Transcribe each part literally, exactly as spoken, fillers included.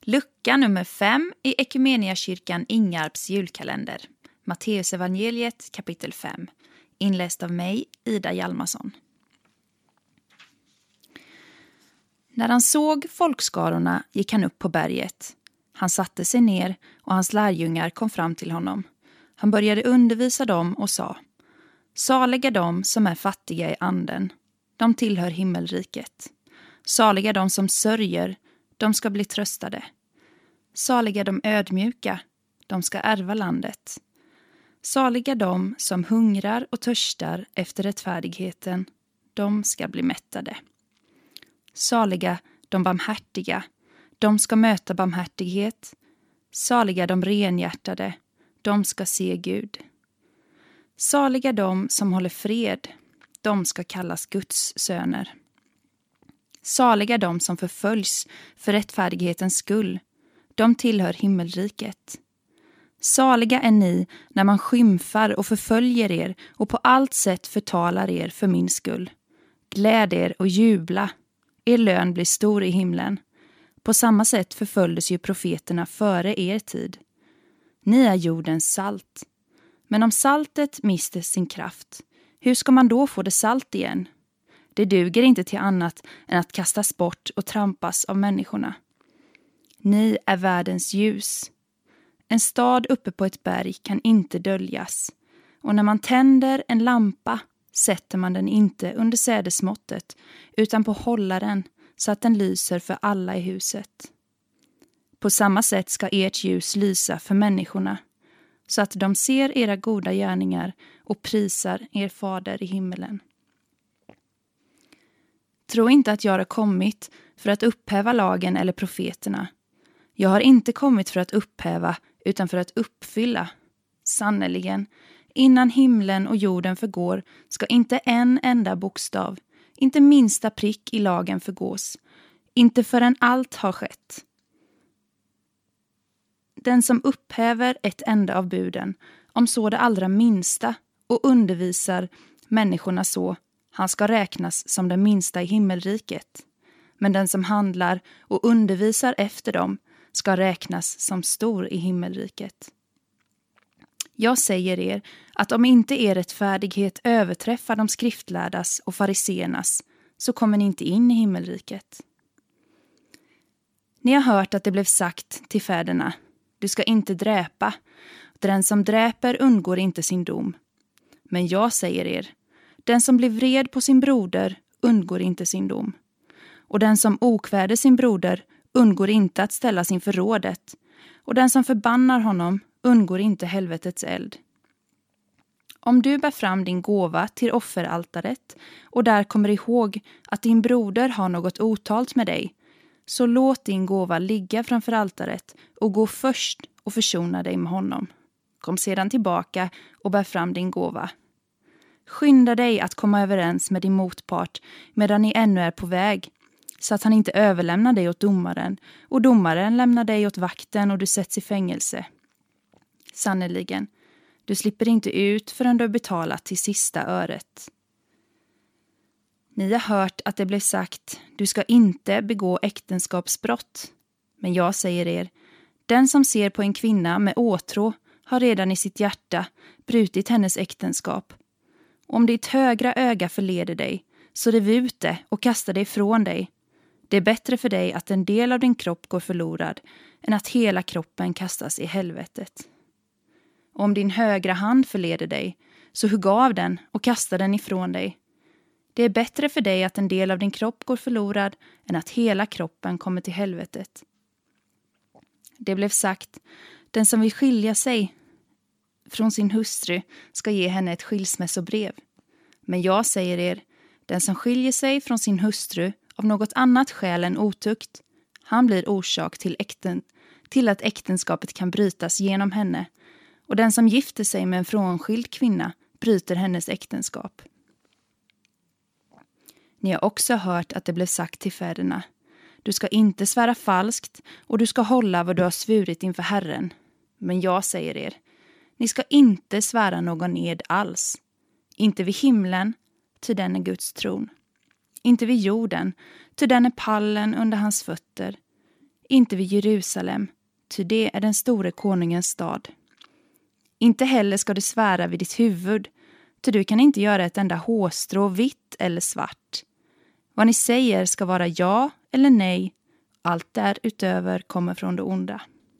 Lucka nummer fem i Ekumeniakyrkan Ingarps julkalender. Matteusevangeliet kapitel fem. Inläst av mig, Ida Hjalmarsson. När han såg folkskarorna gick han upp på berget. Han satte sig ner och hans lärjungar kom fram till honom. Han började undervisa dem och sa: Saliga de som är fattiga i anden, de tillhör himmelriket. Saliga de som sörjer, de ska bli tröstade. Saliga de ödmjuka, de ska ärva landet. Saliga de som hungrar och törstar efter rättfärdigheten, de ska bli mättade. Saliga de barmhärtiga, de ska möta barmhärtighet. Saliga de renhjärtade, de ska se Gud. Saliga de som håller fred, de ska kallas Guds söner. Saliga de som förföljs för rättfärdighetens skull, de tillhör himmelriket. Saliga är ni när man skymfar och förföljer er och på allt sätt förtalar er för min skull. Gläd er och jubla, er lön blir stor i himlen. På samma sätt förföljdes ju profeterna före er tid. Ni är jordens salt. Men om saltet mister sin kraft, hur ska man då få det salt igen? Det duger inte till annat än att kastas bort och trampas av människorna. Ni är världens ljus. En stad uppe på ett berg kan inte döljas. Och när man tänder en lampa sätter man den inte under sädesmåttet utan på hållaren så att den lyser för alla i huset. På samma sätt ska ert ljus lysa för människorna så att de ser era goda gärningar och prisar er fader i himmelen. Tro inte att jag har kommit för att upphäva lagen eller profeterna. Jag har inte kommit för att upphäva utan för att uppfylla. Sannerligen, innan himlen och jorden förgår ska inte en enda bokstav, inte minsta prick i lagen förgås, inte förrän allt har skett. Den som upphäver ett enda av buden, om så det allra minsta, och undervisar människorna så, han ska räknas som den minsta i himmelriket. Men den som handlar och undervisar efter dem ska räknas som stor i himmelriket. Jag säger er att om inte er rättfärdighet överträffar de skriftlärdas och fariseernas, så kommer ni inte in i himmelriket. Ni har hört att det blev sagt till fäderna: du ska inte dräpa, den som dräper undgår inte sin dom. Men jag säger er, den som blir vred på sin broder undgår inte sin dom. Och den som okväder sin broder undgår inte att ställas inför rådet. Och den som förbannar honom undgår inte helvetets eld. Om du bär fram din gåva till offeraltaret och där kommer ihåg att din broder har något otalt med dig, så låt din gåva ligga framför altaret och gå först och försona dig med honom. Kom sedan tillbaka och bär fram din gåva. Skynda dig att komma överens med din motpart medan ni ännu är på väg, så att han inte överlämnar dig åt domaren och domaren lämnar dig åt vakten och du sätts i fängelse. Sannerligen, du slipper inte ut förrän du har betalat till sista öret. Ni har hört att det blev sagt, du ska inte begå äktenskapsbrott. Men jag säger er, den som ser på en kvinna med åtrå har redan i sitt hjärta brutit hennes äktenskap. Om ditt högra öga förleder dig, så riv ut det och kasta det ifrån dig. Det är bättre för dig att en del av din kropp går förlorad än att hela kroppen kastas i helvetet. Om din högra hand förleder dig, så hugg av den och kasta den ifrån dig. Det är bättre för dig att en del av din kropp går förlorad än att hela kroppen kommer till helvetet. Det blev sagt, den som vill skilja sig från sin hustru ska ge henne ett skilsmässobrev. Men jag säger er, den som skiljer sig från sin hustru av något annat skäl än otukt, han blir orsak till, äkten, till att äktenskapet kan brytas genom henne. Och den som gifter sig med en frånskild kvinna bryter hennes äktenskap. Ni har också hört att det blev sagt till fäderna, du ska inte svära falskt och du ska hålla vad du har svurit inför Herren. Men jag säger er, ni ska inte svära någon ed alls. Inte vid himlen, ty den är Guds tron. Inte vid jorden, ty den är pallen under hans fötter. inte vid Jerusalem, ty det är den store konungens stad. Inte heller ska du svära vid ditt huvud, ty du kan inte göra ett enda hårstrå vitt eller svart. Vad ni säger ska vara ja eller nej, allt därutöver kommer från det onda.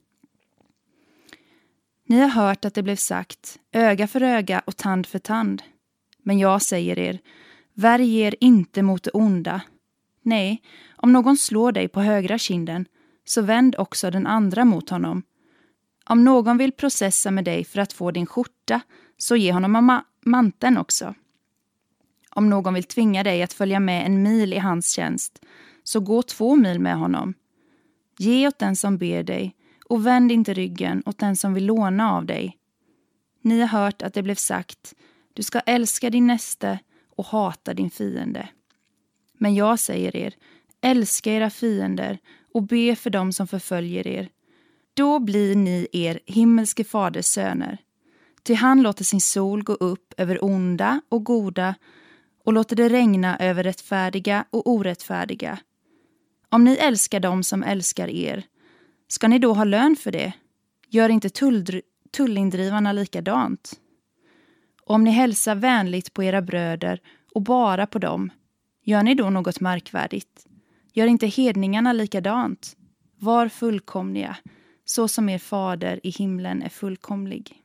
Ni har hört att det blev sagt, öga för öga och tand för tand. Men jag säger er, värj er inte mot det onda. Nej, om någon slår dig på högra kinden, så vänd också den andra mot honom. Om någon vill processa med dig för att få din skjorta, så ge honom ma- manteln också. Om någon vill tvinga dig att följa med en mil i hans tjänst, så gå två mil med honom. Ge åt den som ber dig, och vänd inte ryggen åt den som vill låna av dig. Ni har hört att det blev sagt, du ska älska din näste och hata din fiende. Men jag säger er, älska era fiender och be för dem som förföljer er. Då blir ni er himmelske faders söner. Ty han låter sin sol gå upp över onda och goda och låter det regna över rättfärdiga och orättfärdiga. Om ni älskar dem som älskar er, ska ni då ha lön för det? Gör inte tull, tullindrivarna likadant? Om ni hälsar vänligt på era bröder och bara på dem, gör ni då något märkvärdigt? Gör inte hedningarna likadant? Var fullkomliga, så som er fader i himlen är fullkomlig.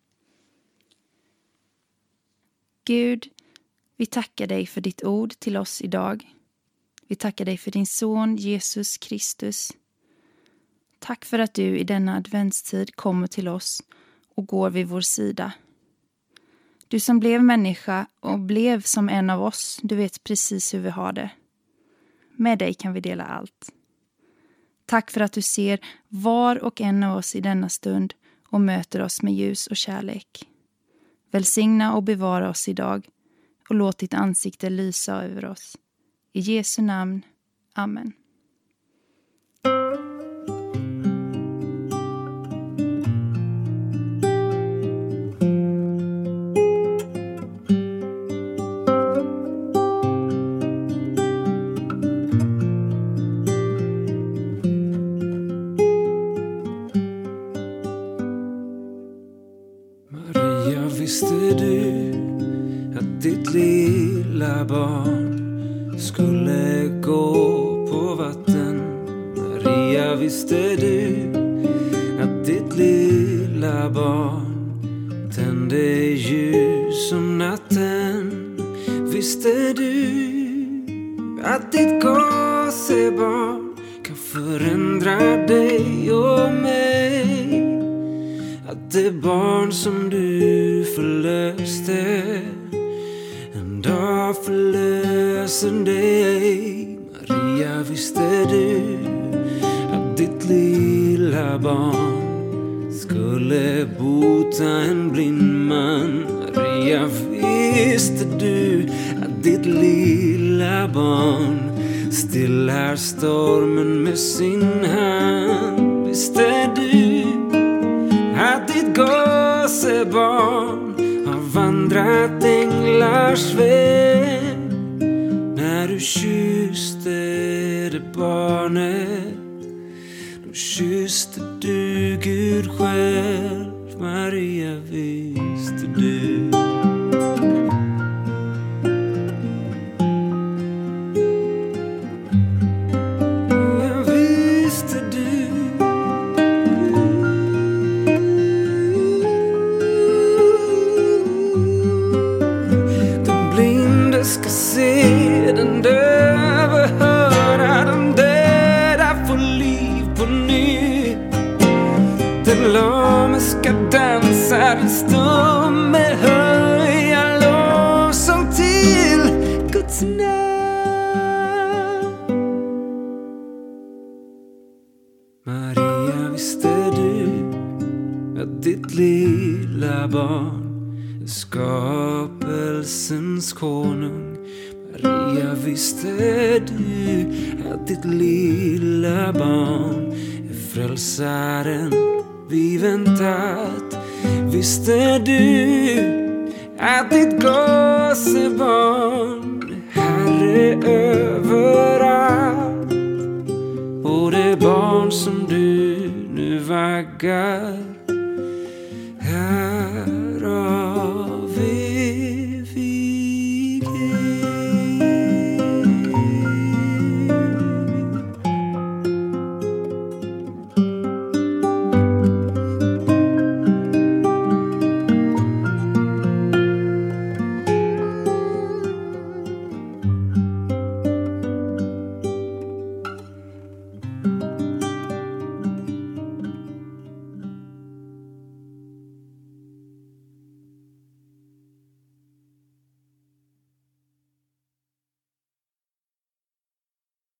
Gud, vi tackar dig för ditt ord till oss idag. Vi tackar dig för din son Jesus Kristus. Tack för att du i denna adventstid kommer till oss och går vid vår sida. Du som blev människa och blev som en av oss, du vet precis hur vi har det. Med dig kan vi dela allt. Tack för att du ser var och en av oss i denna stund och möter oss med ljus och kärlek. Välsigna och bevara oss idag och låt ditt ansikte lysa över oss. I Jesu namn. Amen. Maria, visste du att ditt lilla barn skulle gå på vatten? Maria, visste du att ditt lilla barn tände ljus som natten? Visste du att ditt gosebarn kan förändra dig och mig? Att det barn som du förlöste en dag förlöser dig. Maria, visste du att ditt lilla barn skulle bota en blind man? Maria, visste du att ditt lilla barn stillar stormen med sin hand? Visste du att ditt gosebarn har vandrat änglars väg? När du kysste det barnet, då kysste du Gud själv. Maria, visste du? Ska se den döva höra, den döda få liv på nytt. Den lame ska dansa, den stumme höja lovsång till Guds namn. Maria, visste du att ditt lilla barn är skapelsens konung? Maria, visste du att ditt lilla barn är frälsaren vi väntat? Visste du att ditt gosebarn är Herre överallt? Och det barn barn som du nu vaggar.